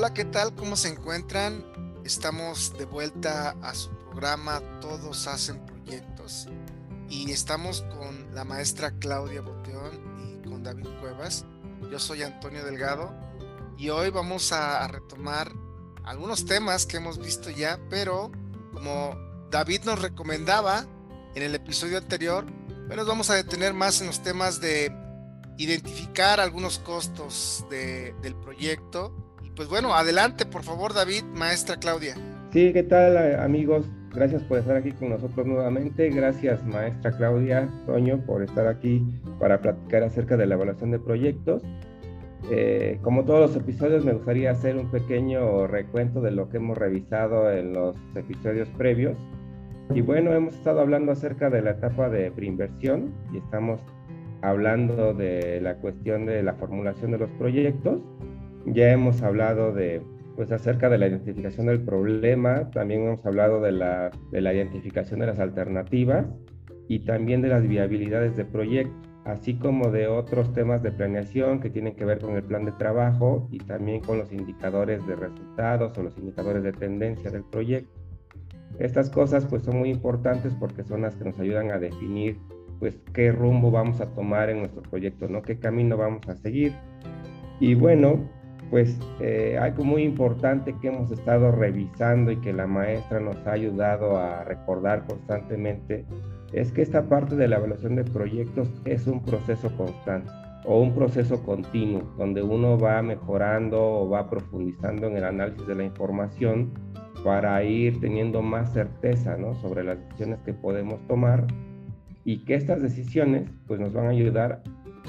Hola, ¿qué tal? ¿Cómo se encuentran? Estamos de vuelta a su programa Todos hacen proyectos y estamos con la maestra Claudia Boteón y con David Cuevas. Yo soy Antonio Delgado y hoy vamos a retomar algunos temas que hemos visto ya, pero como David nos recomendaba en el episodio anterior, hoy nos vamos a detener más en los temas de identificar algunos costos del proyecto. Y pues bueno, adelante por favor, David, maestra Claudia. Sí, ¿qué tal, amigos? Gracias por estar aquí con nosotros nuevamente. Gracias, maestra Claudia, Toño, por estar aquí para platicar acerca de la evaluación de proyectos. Como todos los episodios, me gustaría hacer un pequeño recuento de lo que hemos revisado en los episodios previos. Y bueno, hemos estado hablando acerca de la etapa de preinversión y estamos hablando de la cuestión de la formulación de los proyectos. Ya hemos hablado acerca de la identificación del problema, también hemos hablado de la identificación de las alternativas y también de las viabilidades de proyecto, así como de otros temas de planeación que tienen que ver con el plan de trabajo y también con los indicadores de resultados o los indicadores de tendencia del proyecto. Estas cosas pues son muy importantes porque son las que nos ayudan a definir pues qué rumbo vamos a tomar en nuestro proyecto, ¿no? Qué camino vamos a seguir. Y bueno, pues algo muy importante que hemos estado revisando y que la maestra nos ha ayudado a recordar constantemente es que esta parte de la evaluación de proyectos es un proceso constante o un proceso continuo donde uno va mejorando o va profundizando en el análisis de la información para ir teniendo más certeza, ¿no?, sobre las decisiones que podemos tomar, y que estas decisiones pues nos van a ayudar,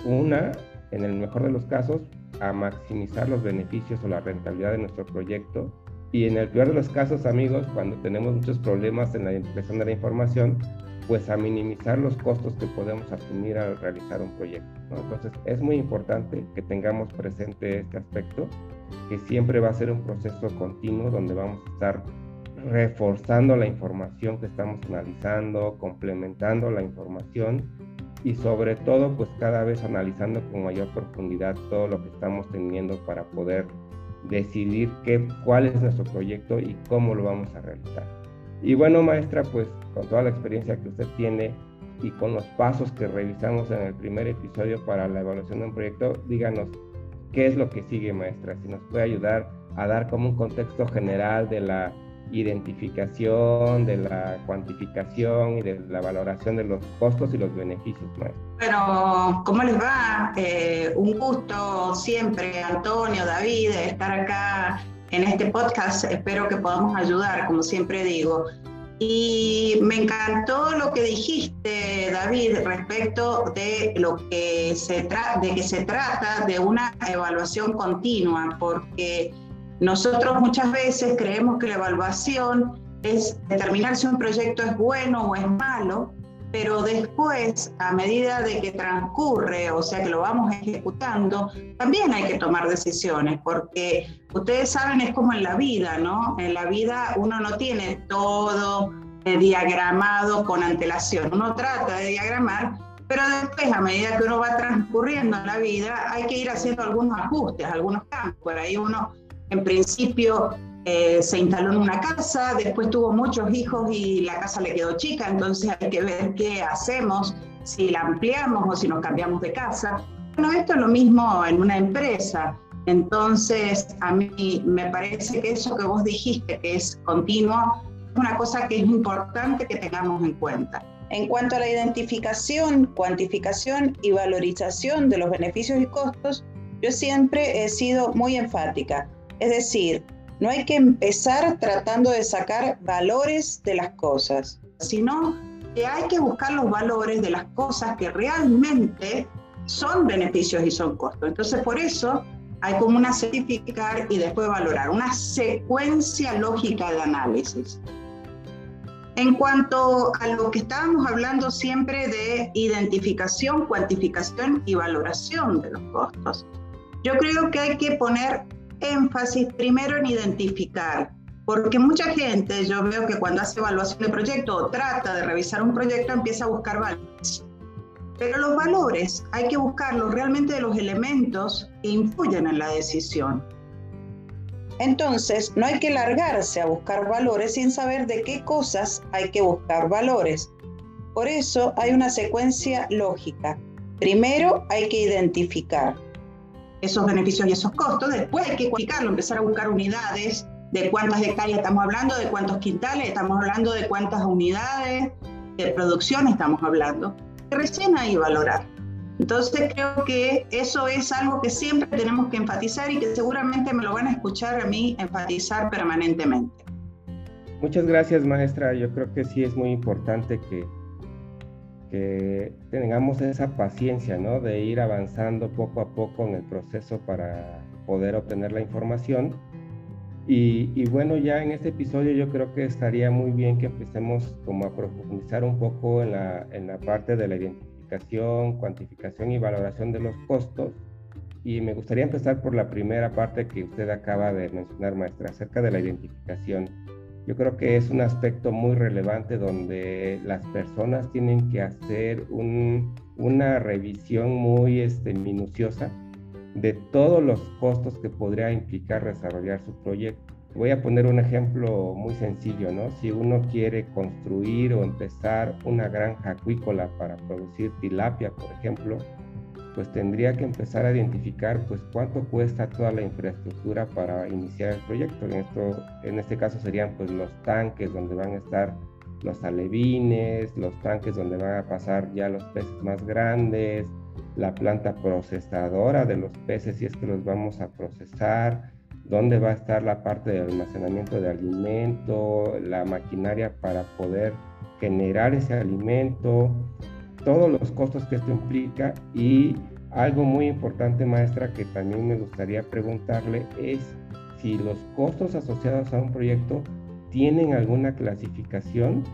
en el mejor de los casos, a maximizar los beneficios o la rentabilidad de nuestro proyecto, y en el peor de los casos, amigos, cuando tenemos muchos problemas en la identificación de la información, pues a minimizar los costos que podemos asumir al realizar un proyecto, ¿no? Entonces es muy importante que tengamos presente este aspecto, que siempre va a ser un proceso continuo donde vamos a estar reforzando la información que estamos analizando, complementando la información y sobre todo pues cada vez analizando con mayor profundidad todo lo que estamos teniendo para poder decidir cuál es nuestro proyecto y cómo lo vamos a realizar. Y bueno, maestra, pues con toda la experiencia que usted tiene y con los pasos que revisamos en el primer episodio para la evaluación de un proyecto, díganos qué es lo que sigue, maestra, si nos puede ayudar a dar como un contexto general de la identificación, de la cuantificación y de la valoración de los costos y los beneficios, maestra. Bueno, ¿cómo les va? Un gusto siempre, Antonio, David, estar acá en este podcast. Espero que podamos ayudar, como siempre digo. Y me encantó lo que dijiste, David, respecto de lo que se trata de una evaluación continua, porque nosotros muchas veces creemos que la evaluación es determinar si un proyecto es bueno o es malo, pero después, a medida de que transcurre, o sea que lo vamos ejecutando, también hay que tomar decisiones, porque ustedes saben, es como en la vida, ¿no? En la vida uno no tiene todo diagramado con antelación, uno trata de diagramar, pero después, a medida que uno va transcurriendo en la vida, hay que ir haciendo algunos ajustes, algunos cambios. Por ahí uno, en principio, se instaló en una casa, después tuvo muchos hijos y la casa le quedó chica, entonces hay que ver qué hacemos, si la ampliamos o si nos cambiamos de casa. Bueno, esto es lo mismo en una empresa. Entonces, a mí me parece que eso que vos dijiste, que es continuo, es una cosa que es importante que tengamos en cuenta. En cuanto a la identificación, cuantificación y valorización de los beneficios y costos, yo siempre he sido muy enfática. Es decir, no hay que empezar tratando de sacar valores de las cosas, sino que hay que buscar los valores de las cosas que realmente son beneficios y son costos. Entonces, por eso hay como una certificar y después valorar, una secuencia lógica de análisis. En cuanto a lo que estábamos hablando siempre de identificación, cuantificación y valoración de los costos, yo creo que hay que poner énfasis primero en identificar, porque mucha gente, yo veo que cuando hace evaluación de proyecto o trata de revisar un proyecto, empieza a buscar valores. Pero los valores hay que buscarlos realmente de los elementos que influyen en la decisión. Entonces, no hay que largarse a buscar valores sin saber de qué cosas hay que buscar valores. Por eso hay una secuencia lógica. Primero hay que identificar esos beneficios y esos costos, después hay que cuantificarlo, empezar a buscar unidades, de cuántas hectáreas estamos hablando, de cuántos quintales estamos hablando, de cuántas unidades de producción estamos hablando, y recién ahí valorar. Entonces creo que eso es algo que siempre tenemos que enfatizar y que seguramente me lo van a escuchar a mí enfatizar permanentemente. Muchas gracias, maestra. Yo creo que sí es muy importante que tengamos esa paciencia, ¿no? De ir avanzando poco a poco en el proceso para poder obtener la información. Y bueno, ya en este episodio yo creo que estaría muy bien que empecemos como a profundizar un poco en la parte de la identificación, cuantificación y valoración de los costos. Y me gustaría empezar por la primera parte que usted acaba de mencionar, maestra, acerca de la identificación. Yo creo que es un aspecto muy relevante donde las personas tienen que hacer una revisión muy minuciosa de todos los costos que podría implicar desarrollar su proyecto. Voy a poner un ejemplo muy sencillo, ¿no? Si uno quiere construir o empezar una granja acuícola para producir tilapia, por ejemplo, pues tendría que empezar a identificar pues cuánto cuesta toda la infraestructura para iniciar el proyecto. En este caso serían pues los tanques donde van a estar los alevines, los tanques donde van a pasar ya los peces más grandes, la planta procesadora de los peces si es que los vamos a procesar, dónde va a estar la parte de almacenamiento de alimento, la maquinaria para poder generar ese alimento, todos los costos que esto implica. Y algo muy importante, maestra, que también me gustaría preguntarle es si los costos asociados a un proyecto tienen alguna clasificación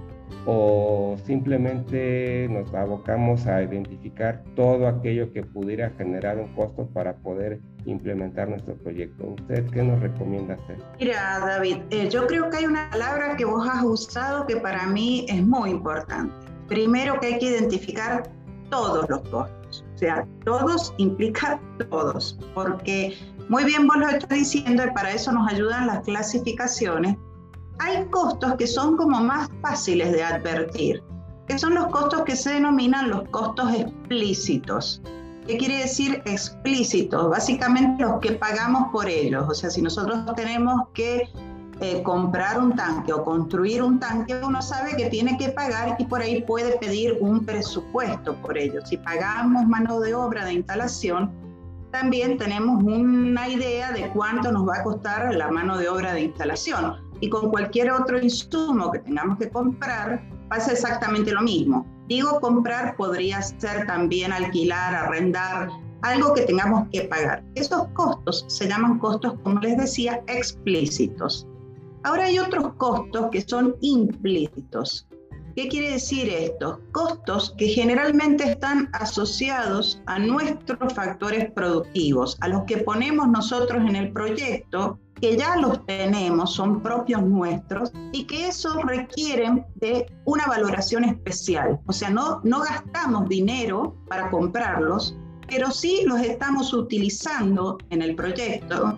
o simplemente nos abocamos a identificar todo aquello que pudiera generar un costo para poder implementar nuestro proyecto. ¿Usted qué nos recomienda hacer? Mira, David, yo creo que hay una palabra que vos has usado que para mí es muy importante. Primero, que hay que identificar todos los costos, o sea, todos implica todos, porque muy bien vos lo estás diciendo y para eso nos ayudan las clasificaciones. Hay costos que son como más fáciles de advertir, que son los costos que se denominan los costos explícitos. ¿Qué quiere decir explícitos? Básicamente los que pagamos por ellos, o sea, si nosotros tenemos que comprar un tanque o construir un tanque, uno sabe que tiene que pagar y por ahí puede pedir un presupuesto por ello. Si pagamos mano de obra de instalación, también tenemos una idea de cuánto nos va a costar la mano de obra de instalación. Y con cualquier otro insumo que tengamos que comprar, pasa exactamente lo mismo. Digo comprar, podría ser también alquilar, arrendar, algo que tengamos que pagar. Esos costos se llaman costos, como les decía, explícitos. Ahora hay otros costos que son implícitos. ¿Qué quiere decir esto? Costos que generalmente están asociados a nuestros factores productivos, a los que ponemos nosotros en el proyecto, que ya los tenemos, son propios nuestros, y que eso requieren de una valoración especial. O sea, no gastamos dinero para comprarlos, pero sí los estamos utilizando en el proyecto,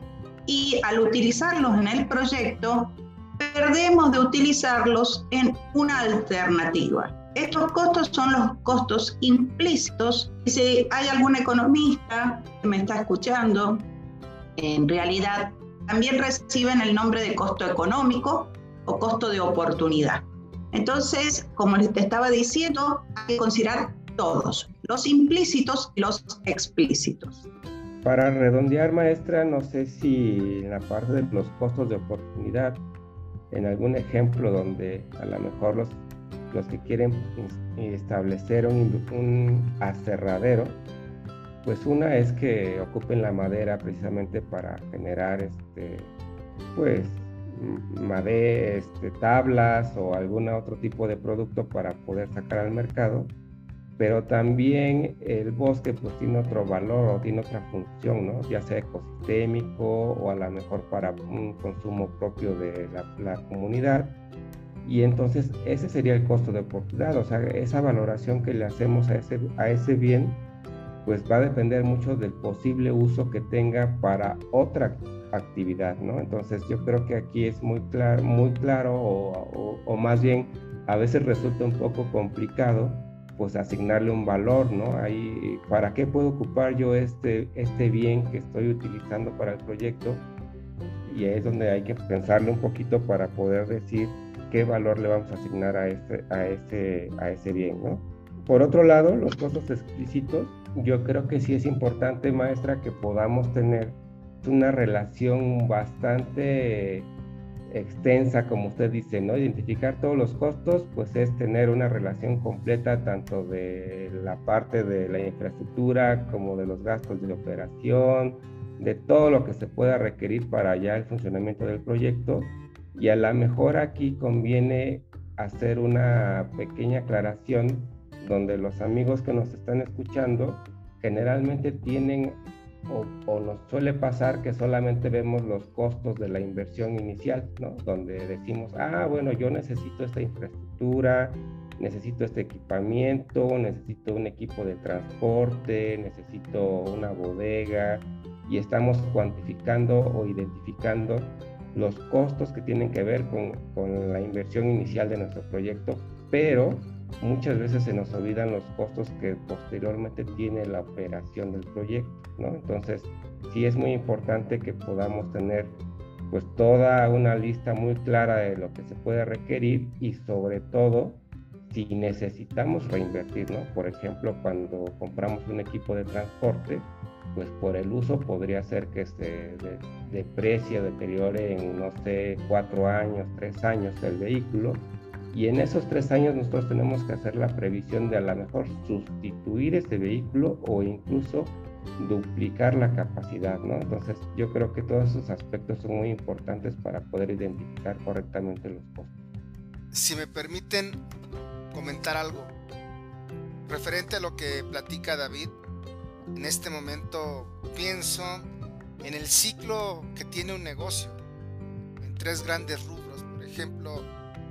y al utilizarlos en el proyecto, perdemos de utilizarlos en una alternativa. Estos costos son los costos implícitos, y si hay algún economista que me está escuchando, en realidad también reciben el nombre de costo económico o costo de oportunidad. Entonces, como les estaba diciendo, hay que considerar todos, los implícitos y los explícitos. Para redondear, maestra, no sé si en la parte de los costos de oportunidad, en algún ejemplo donde a lo mejor los que quieren establecer un aserradero, pues una es que ocupen la madera precisamente para generar pues madera, tablas o algún otro tipo de producto para poder sacar al mercado, pero también el bosque pues tiene otro valor o tiene otra función, ¿no? Ya sea ecosistémico o a lo mejor para un consumo propio de la comunidad. Y entonces ese sería el costo de oportunidad, o sea, esa valoración que le hacemos a ese bien pues va a depender mucho del posible uso que tenga para otra actividad, ¿no? Entonces yo creo que aquí es muy claro o más bien a veces resulta un poco complicado pues asignarle un valor, ¿no? Ahí, ¿para qué puedo ocupar yo este bien que estoy utilizando para el proyecto? Y es donde hay que pensarle un poquito para poder decir qué valor le vamos a asignar a ese bien, ¿no? Por otro lado, los costos explícitos, yo creo que sí es importante, maestra, que podamos tener una relación bastante extensa, como usted dice, ¿no? Identificar todos los costos, pues es tener una relación completa tanto de la parte de la infraestructura como de los gastos de operación, de todo lo que se pueda requerir para ya el funcionamiento del proyecto. Y a lo mejor aquí conviene hacer una pequeña aclaración donde los amigos que nos están escuchando generalmente tienen o nos suele pasar que solamente vemos los costos de la inversión inicial, ¿no? Donde decimos, bueno, yo necesito esta infraestructura, necesito este equipamiento, necesito un equipo de transporte, necesito una bodega, y estamos cuantificando o identificando los costos que tienen que ver con la inversión inicial de nuestro proyecto, pero muchas veces se nos olvidan los costos que posteriormente tiene la operación del proyecto, ¿no? Entonces, sí es muy importante que podamos tener pues toda una lista muy clara de lo que se puede requerir y sobre todo si necesitamos reinvertir, ¿no? Por ejemplo, cuando compramos un equipo de transporte, pues por el uso podría ser que se deprecie, deteriore en, no sé, 4 años, 3 años el vehículo. Y en esos 3 años nosotros tenemos que hacer la previsión de a lo mejor sustituir ese vehículo o incluso duplicar la capacidad, ¿no? Entonces yo creo que todos esos aspectos son muy importantes para poder identificar correctamente los costos. Si me permiten comentar algo referente a lo que platica David, en este momento pienso en el ciclo que tiene un negocio, en 3 grandes rubros. Por ejemplo,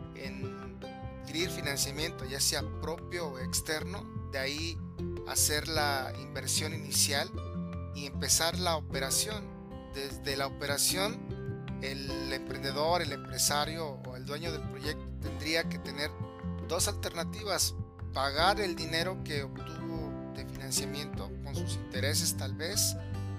en adquirir financiamiento, ya sea propio o externo, de ahí hacer la inversión inicial y empezar la operación. Desde la operación, el emprendedor, el empresario o el dueño del proyecto tendría que tener 2 alternativas: pagar el dinero que obtuvo de financiamiento con sus intereses tal vez,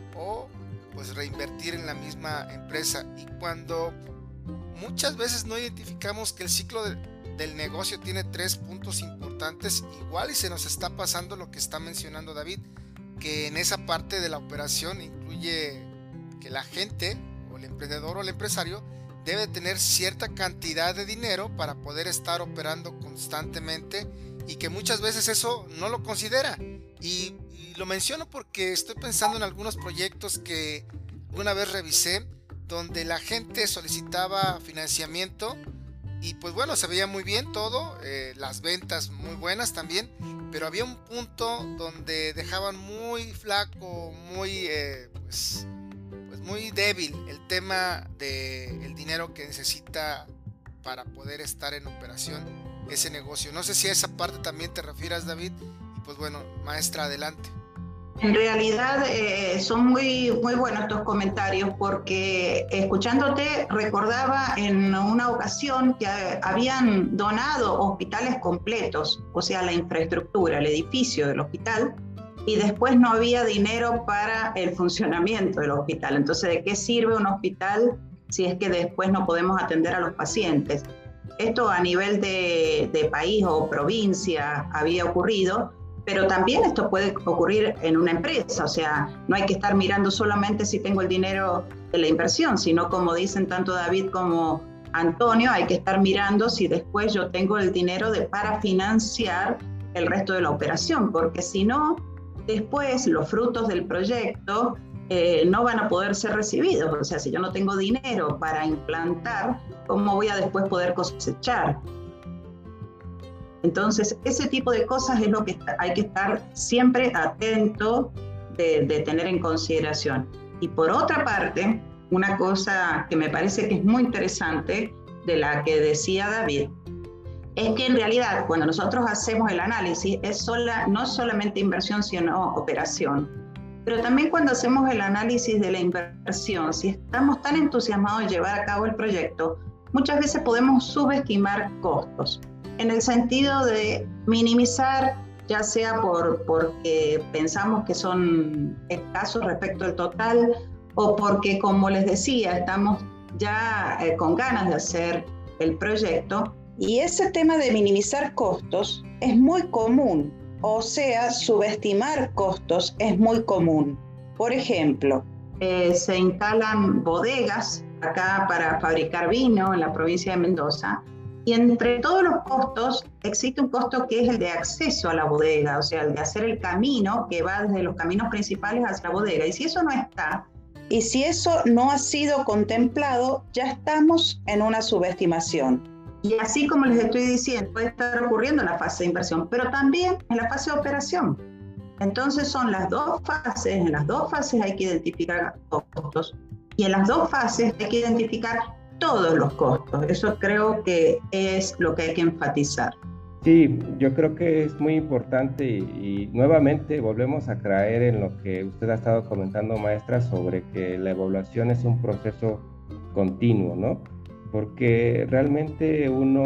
o pues reinvertir en la misma empresa. Y cuando muchas veces no identificamos que el ciclo del negocio tiene 3 puntos importantes, igual y se nos está pasando lo que está mencionando David, que en esa parte de la operación incluye que la gente o el emprendedor o el empresario debe tener cierta cantidad de dinero para poder estar operando constantemente, y que muchas veces eso no lo considera. Y lo menciono porque estoy pensando en algunos proyectos que una vez revisé, donde la gente solicitaba financiamiento y pues bueno, se veía muy bien todo, las ventas muy buenas también, pero había un punto donde dejaban muy flaco, muy pues muy débil el tema del dinero que necesita para poder estar en operación ese negocio. No sé si a esa parte también te refieras, David, y pues bueno, maestra, adelante. En realidad son muy, muy buenos estos comentarios, porque escuchándote recordaba en una ocasión que habían donado hospitales completos, o sea, la infraestructura, el edificio del hospital, y después no había dinero para el funcionamiento del hospital. Entonces, ¿de qué sirve un hospital si es que después no podemos atender a los pacientes? Esto a nivel de país o provincia había ocurrido, pero también esto puede ocurrir en una empresa. O sea, no hay que estar mirando solamente si tengo el dinero de la inversión, sino, como dicen tanto David como Antonio, hay que estar mirando si después yo tengo el dinero para financiar el resto de la operación, porque si no, después los frutos del proyecto no van a poder ser recibidos. O sea, si yo no tengo dinero para implantar, ¿cómo voy a después poder cosechar? Entonces, ese tipo de cosas es lo que hay que estar siempre atento de tener en consideración. Y por otra parte, una cosa que me parece que es muy interesante de la que decía David, es que en realidad cuando nosotros hacemos el análisis no solamente inversión sino operación, pero también cuando hacemos el análisis de la inversión, si estamos tan entusiasmados de llevar a cabo el proyecto, muchas veces podemos subestimar costos, en el sentido de minimizar, ya sea porque pensamos que son escasos respecto al total, o porque, como les decía, estamos ya con ganas de hacer el proyecto. Y ese tema de minimizar costos es muy común, o sea, subestimar costos es muy común. Por ejemplo, se instalan bodegas acá para fabricar vino en la provincia de Mendoza, y entre todos los costos existe un costo que es el de acceso a la bodega, o sea, el de hacer el camino que va desde los caminos principales hacia la bodega. Y si eso no está, y si eso no ha sido contemplado, ya estamos en una subestimación. Y así como les estoy diciendo, puede estar ocurriendo en la fase de inversión, pero también en la fase de operación. Entonces son las dos fases, en las dos fases hay que identificar costos y en las dos fases hay que identificar todos los costos. Eso creo que es lo que hay que enfatizar. Sí, yo creo que es muy importante y nuevamente volvemos a caer en lo que usted ha estado comentando, maestra, sobre que la evaluación es un proceso continuo, ¿no? Porque realmente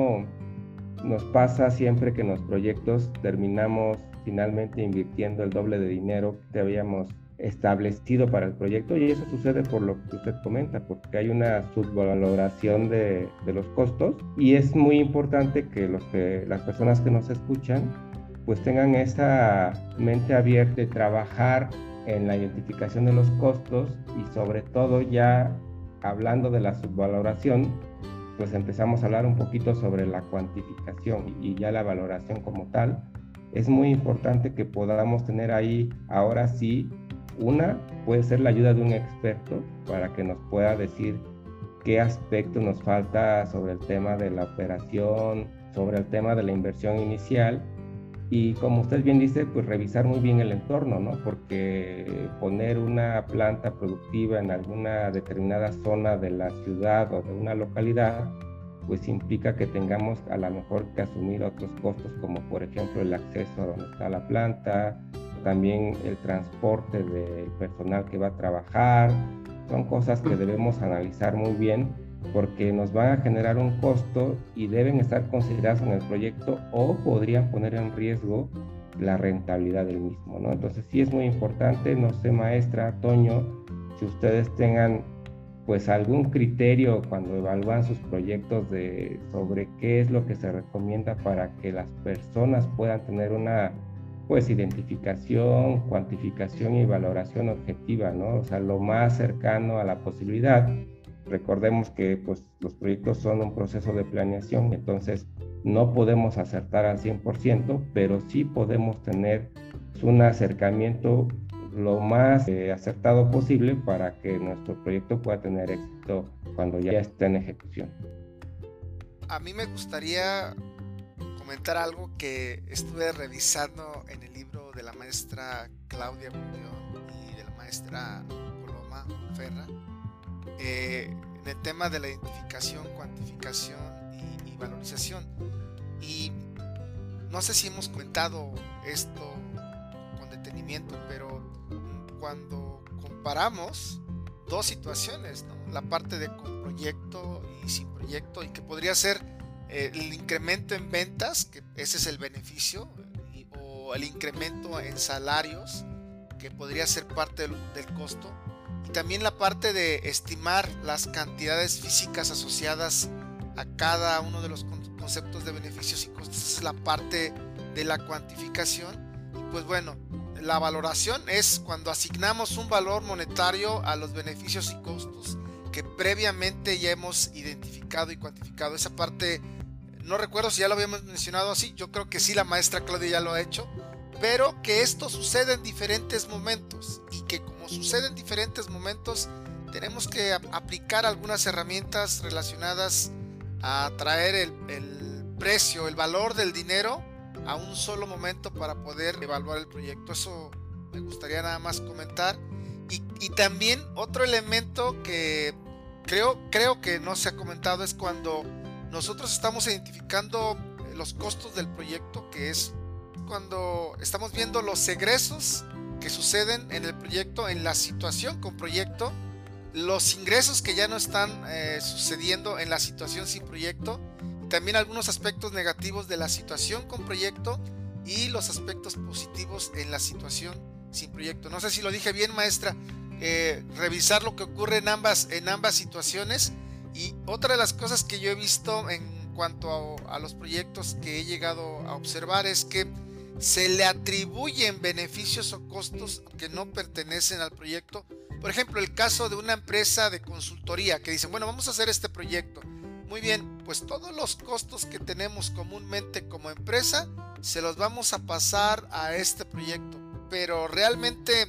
nos pasa siempre que en los proyectos terminamos finalmente invirtiendo el doble de dinero que habíamos establecido para el proyecto, y eso sucede por lo que usted comenta, porque hay una subvaloración de los costos, y es muy importante que las personas que nos escuchan pues tengan esa mente abierta de trabajar en la identificación de los costos, y sobre todo, ya hablando de la subvaloración, pues empezamos a hablar un poquito sobre la cuantificación y ya la valoración como tal. Es muy importante que podamos tener ahí, ahora sí, puede ser la ayuda de un experto para que nos pueda decir qué aspecto nos falta sobre el tema de la operación, sobre el tema de la inversión inicial, y como usted bien dice, pues revisar muy bien el entorno, ¿no? Porque poner una planta productiva en alguna determinada zona de la ciudad o de una localidad, pues implica que tengamos a lo mejor que asumir otros costos, como por ejemplo el acceso a donde está la planta, también el transporte del personal que va a trabajar. Son cosas que debemos analizar muy bien, porque nos van a generar un costo y deben estar considerados en el proyecto, o podrían poner en riesgo la rentabilidad del mismo, ¿no? Entonces sí es muy importante. No sé, maestra, Toño, si ustedes tengan pues algún criterio cuando evalúan sus proyectos sobre qué es lo que se recomienda para que las personas puedan tener una pues identificación, cuantificación y valoración objetiva, ¿no? O sea, lo más cercano a la posibilidad. Recordemos que pues los proyectos son un proceso de planeación, entonces no podemos acertar al 100%, pero sí podemos tener un acercamiento lo más acertado posible para que nuestro proyecto pueda tener éxito cuando ya esté en ejecución. A mí me gustaría comentar algo que estuve revisando en el libro de la maestra Claudia Bullón y de la maestra Coloma Ferra, en el tema de la identificación, cuantificación y valorización. Y no sé si hemos comentado esto con detenimiento, pero cuando comparamos dos situaciones, ¿no? La parte de con proyecto y sin proyecto, y que podría ser el incremento en ventas, que ese es el beneficio, o el incremento en salarios, que podría ser parte del costo, y también la parte de estimar las cantidades físicas asociadas a cada uno de los conceptos de beneficios y costos. Esa es la parte de la cuantificación. Y pues bueno, la valoración es cuando asignamos un valor monetario a los beneficios y costos que previamente ya hemos identificado y cuantificado. Esa parte, no recuerdo si ya lo habíamos mencionado así, yo creo que sí, la maestra Claudia ya lo ha hecho, pero que esto sucede en diferentes momentos, y que como sucede en diferentes momentos, tenemos que aplicar algunas herramientas relacionadas a traer el precio, el valor del dinero a un solo momento para poder evaluar el proyecto. Eso me gustaría nada más comentar. Y también otro elemento que creo que no se ha comentado es cuando nosotros estamos identificando los costos del proyecto, que es cuando estamos viendo los egresos que suceden en el proyecto, en la situación con proyecto, los ingresos que ya no están sucediendo en la situación sin proyecto, y también algunos aspectos negativos de la situación con proyecto y los aspectos positivos en la situación sin proyecto. No sé si lo dije bien, maestra. Revisar lo que ocurre en ambas situaciones. Y otra de las cosas que yo he visto en cuanto a los proyectos que he llegado a observar es que se le atribuyen beneficios o costos que no pertenecen al proyecto. Por ejemplo, el caso de una empresa de consultoría que dicen, bueno, vamos a hacer este proyecto. Muy bien, pues todos los costos que tenemos comúnmente como empresa se los vamos a pasar a este proyecto, pero realmente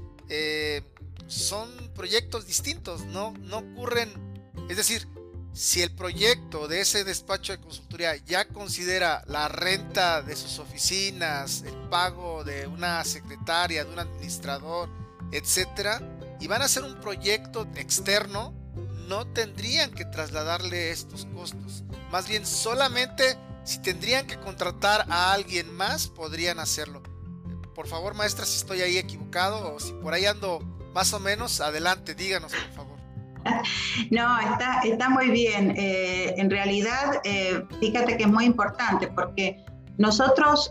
son proyectos distintos, no ocurren. Es decir, si el proyecto de ese despacho de consultoría ya considera la renta de sus oficinas, el pago de una secretaria, de un administrador, etcétera, y van a hacer un proyecto externo, no tendrían que trasladarle estos costos. Más bien, solamente si tendrían que contratar a alguien más, podrían hacerlo. Por favor, maestra, si estoy ahí equivocado o si por ahí ando más o menos, adelante, díganos, por favor. No, está muy bien. En realidad, fíjate que es muy importante porque nosotros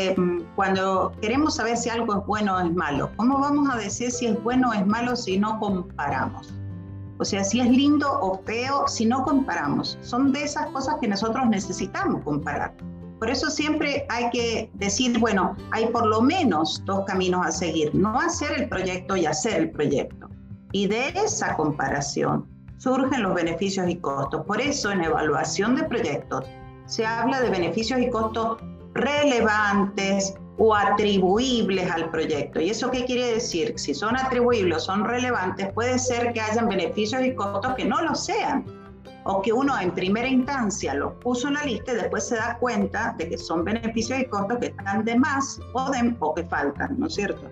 cuando queremos saber si algo es bueno o es malo, ¿cómo vamos a decir si es bueno o es malo si no comparamos? O sea, si es lindo o feo si no comparamos. Son de esas cosas que nosotros necesitamos comparar. Por eso siempre hay que decir, bueno, hay por lo menos dos caminos a seguir. No hacer el proyecto y hacer el proyecto. Y de esa comparación surgen los beneficios y costos. Por eso en evaluación de proyectos se habla de beneficios y costos relevantes o atribuibles al proyecto. ¿Y eso qué quiere decir? Si son atribuibles o son relevantes, puede ser que hayan beneficios y costos que no lo sean, o que uno en primera instancia los puso en la lista y después se da cuenta de que son beneficios y costos que están de más o que faltan, ¿no es cierto?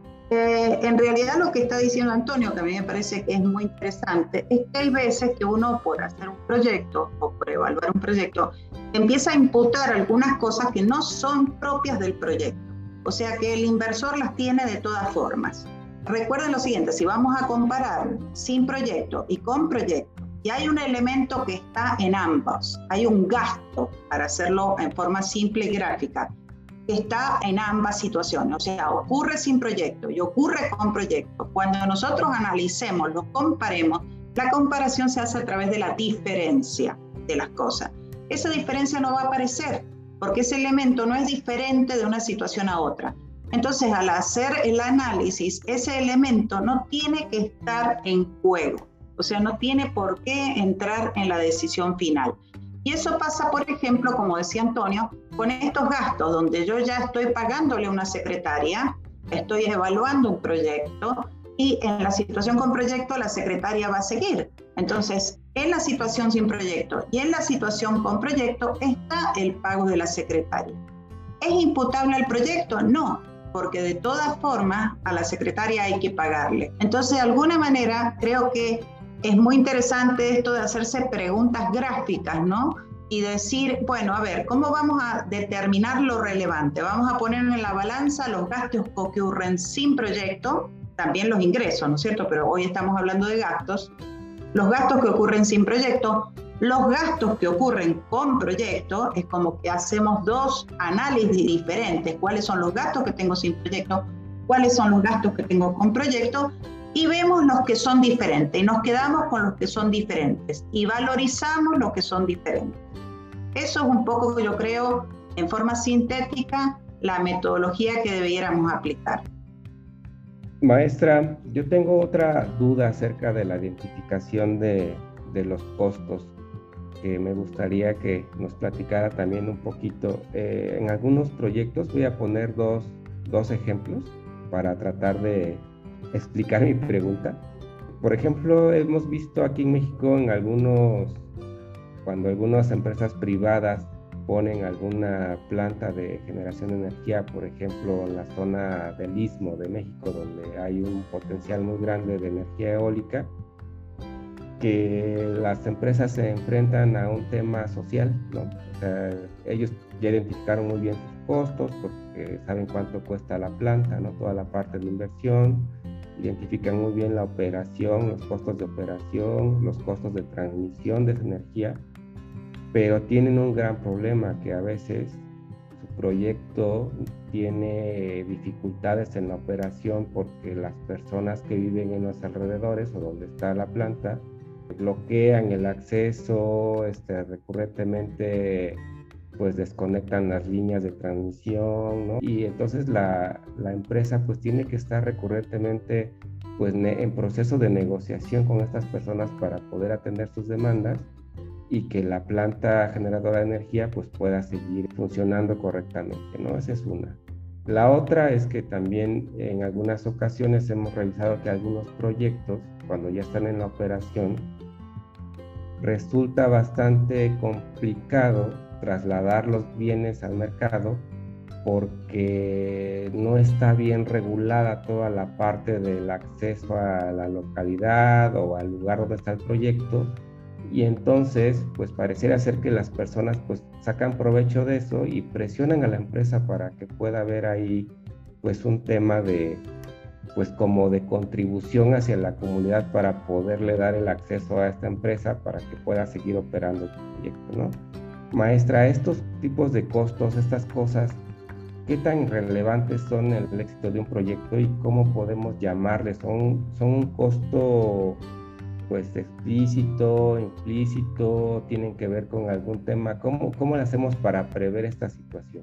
En realidad lo que está diciendo Antonio, que a mí me parece que es muy interesante, es que hay veces que uno por hacer un proyecto o por evaluar un proyecto empieza a imputar algunas cosas que no son propias del proyecto, o sea que el inversor las tiene de todas formas. Recuerden lo siguiente, si vamos a comparar sin proyecto y con proyecto, y hay un elemento que está en ambos, hay un gasto, para hacerlo en forma simple y gráfica, que está en ambas situaciones, o sea, ocurre sin proyecto y ocurre con proyecto. Cuando nosotros analicemos, los comparemos, la comparación se hace a través de la diferencia de las cosas. Esa diferencia no va a aparecer, porque ese elemento no es diferente de una situación a otra. Entonces, al hacer el análisis, ese elemento no tiene que estar en juego, o sea, no tiene por qué entrar en la decisión final. Y eso pasa, por ejemplo, como decía Antonio, con estos gastos, donde yo ya estoy pagándole a una secretaria, estoy evaluando un proyecto, y en la situación con proyecto la secretaria va a seguir. Entonces, en la situación sin proyecto y en la situación con proyecto está el pago de la secretaria. ¿Es imputable al proyecto? No, porque de todas formas a la secretaria hay que pagarle. Entonces, de alguna manera, creo que es muy interesante esto de hacerse preguntas gráficas, ¿no? Y decir, bueno, a ver, ¿cómo vamos a determinar lo relevante? Vamos a poner en la balanza los gastos que ocurren sin proyecto, también los ingresos, ¿no es cierto? Pero hoy estamos hablando de gastos. Los gastos que ocurren sin proyecto, los gastos que ocurren con proyecto, es como que hacemos dos análisis diferentes. ¿Cuáles son los gastos que tengo sin proyecto? ¿Cuáles son los gastos que tengo con proyecto? Y vemos los que son diferentes y nos quedamos con los que son diferentes y valorizamos los que son diferentes. Eso es un poco, yo creo, en forma sintética, la metodología que debiéramos aplicar. Maestra, yo tengo otra duda acerca de la identificación de los costos que me gustaría que nos platicara también un poquito. En algunos proyectos voy a poner dos ejemplos para tratar de explicar mi pregunta. Por ejemplo, hemos visto aquí en México cuando algunas empresas privadas ponen alguna planta de generación de energía, por ejemplo, en la zona del Istmo de México, donde hay un potencial muy grande de energía eólica, que las empresas se enfrentan a un tema social, ¿no? O sea, ellos ya identificaron muy bien sus costos porque saben cuánto cuesta la planta, ¿no? Toda la parte de inversión, identifican muy bien la operación, los costos de operación, los costos de transmisión de esa energía, pero tienen un gran problema que a veces su proyecto tiene dificultades en la operación porque las personas que viven en los alrededores o donde está la planta bloquean el acceso, recurrentemente pues desconectan las líneas de transmisión, ¿no? Y entonces la empresa pues tiene que estar recurrentemente pues en proceso de negociación con estas personas para poder atender sus demandas y que la planta generadora de energía pues pueda seguir funcionando correctamente, ¿no? Esa es una. La otra es que también en algunas ocasiones hemos revisado que algunos proyectos, cuando ya están en la operación, resulta bastante complicado trasladar los bienes al mercado porque no está bien regulada toda la parte del acceso a la localidad o al lugar donde está el proyecto, y entonces pues pareciera ser que las personas pues sacan provecho de eso y presionan a la empresa para que pueda haber ahí pues un tema de pues como de contribución hacia la comunidad para poderle dar el acceso a esta empresa para que pueda seguir operando el proyecto, ¿no? Maestra, estos tipos de costos, estas cosas, ¿qué tan relevantes son en el éxito de un proyecto y cómo podemos llamarles? ¿Son un costo pues explícito, implícito, tienen que ver con algún tema? ¿Cómo lo hacemos para prever esta situación?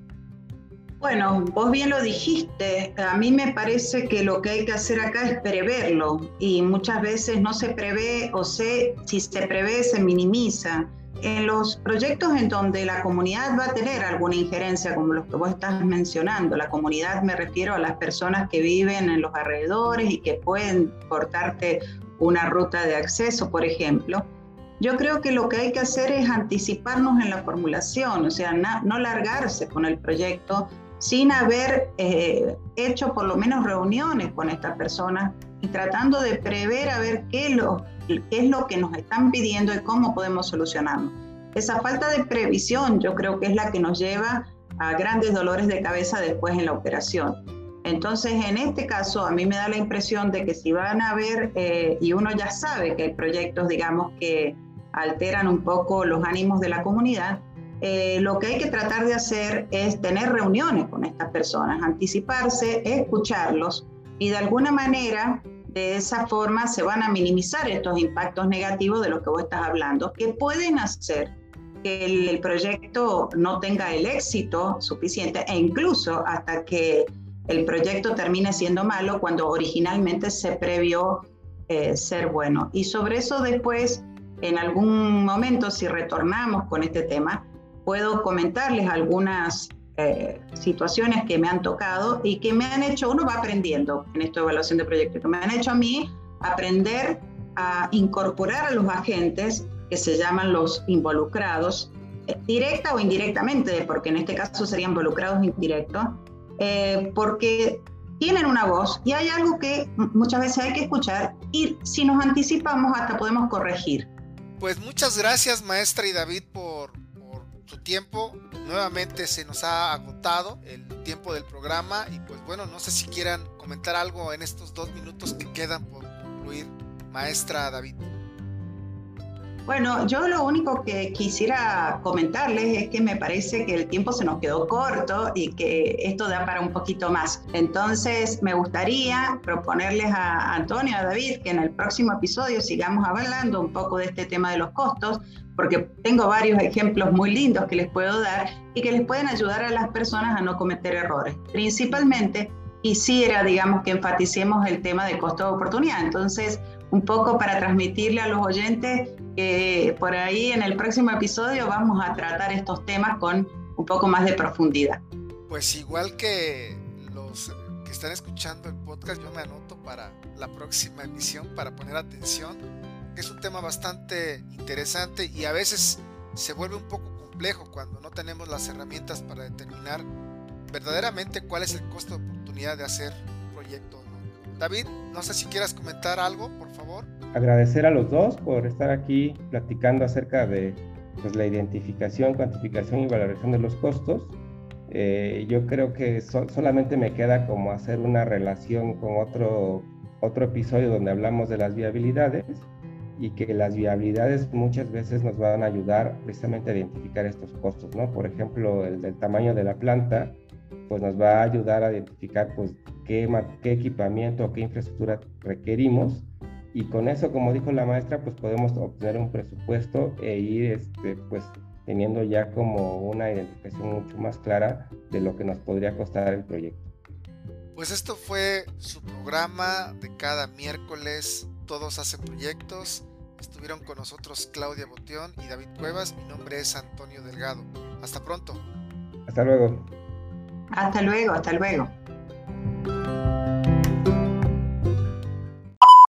Bueno, vos bien lo dijiste, a mí me parece que lo que hay que hacer acá es preverlo y muchas veces no se prevé o si se prevé se minimiza. En los proyectos en donde la comunidad va a tener alguna injerencia, como los que vos estás mencionando, la comunidad me refiero a las personas que viven en los alrededores y que pueden cortarte una ruta de acceso, por ejemplo, yo creo que lo que hay que hacer es anticiparnos en la formulación, o sea, no largarse con el proyecto sin haber hecho por lo menos reuniones con estas personas y tratando de prever a ver qué es lo que nos están pidiendo y cómo podemos solucionarlo. Esa falta de previsión yo creo que es la que nos lleva a grandes dolores de cabeza después en la operación. Entonces, en este caso, a mí me da la impresión de que si van a haber, y uno ya sabe que hay proyectos, digamos, que alteran un poco los ánimos de la comunidad, lo que hay que tratar de hacer es tener reuniones con estas personas, anticiparse, escucharlos y de alguna manera, de esa forma, se van a minimizar estos impactos negativos de los que vos estás hablando, que pueden hacer que el proyecto no tenga el éxito suficiente e incluso hasta que el proyecto termine siendo malo cuando originalmente se previó ser bueno. Y sobre eso después, en algún momento, si retornamos con este tema, puedo comentarles algunas situaciones que me han tocado y que me han hecho, uno va aprendiendo en esta evaluación de proyectos, que me han hecho a mí aprender a incorporar a los agentes que se llaman los involucrados, directa o indirectamente, porque en este caso serían involucrados indirectos, porque tienen una voz y hay algo que muchas veces hay que escuchar y si nos anticipamos hasta podemos corregir. Pues muchas gracias, maestra y David, por su tiempo. Nuevamente se nos ha agotado el tiempo del programa y pues bueno, no sé si quieran comentar algo en estos 2 minutos que quedan por concluir, maestra David. Bueno, yo lo único que quisiera comentarles es que me parece que el tiempo se nos quedó corto y que esto da para un poquito más. Entonces, me gustaría proponerles a Antonio y a David que en el próximo episodio sigamos hablando un poco de este tema de los costos, porque tengo varios ejemplos muy lindos que les puedo dar y que les pueden ayudar a las personas a no cometer errores. Principalmente, quisiera, digamos, que enfaticemos el tema de costo de oportunidad. Entonces, un poco para transmitirle a los oyentes que por ahí en el próximo episodio vamos a tratar estos temas con un poco más de profundidad. Pues igual que los que están escuchando el podcast, yo me anoto para la próxima emisión para poner atención, que es un tema bastante interesante y a veces se vuelve un poco complejo cuando no tenemos las herramientas para determinar verdaderamente cuál es el costo de oportunidad de hacer un proyecto, ¿no? David, no sé si quieras comentar algo, por favor. Agradecer a los dos por estar aquí platicando acerca de pues, la identificación, cuantificación y valoración de los costos. Yo creo que solamente me queda como hacer una relación con otro episodio donde hablamos de las viabilidades, y que las viabilidades muchas veces nos van a ayudar precisamente a identificar estos costos, ¿no? Por ejemplo, el del tamaño de la planta, pues nos va a ayudar a identificar pues qué equipamiento o qué infraestructura requerimos, y con eso, como dijo la maestra, pues podemos obtener un presupuesto e ir pues teniendo ya como una identificación mucho más clara de lo que nos podría costar el proyecto. Pues esto fue su programa de cada miércoles, Todos Hacen Proyectos. Estuvieron con nosotros Claudia Boteón y David Cuevas. Mi nombre es Antonio Delgado. Hasta pronto. Hasta luego. Hasta luego, hasta luego.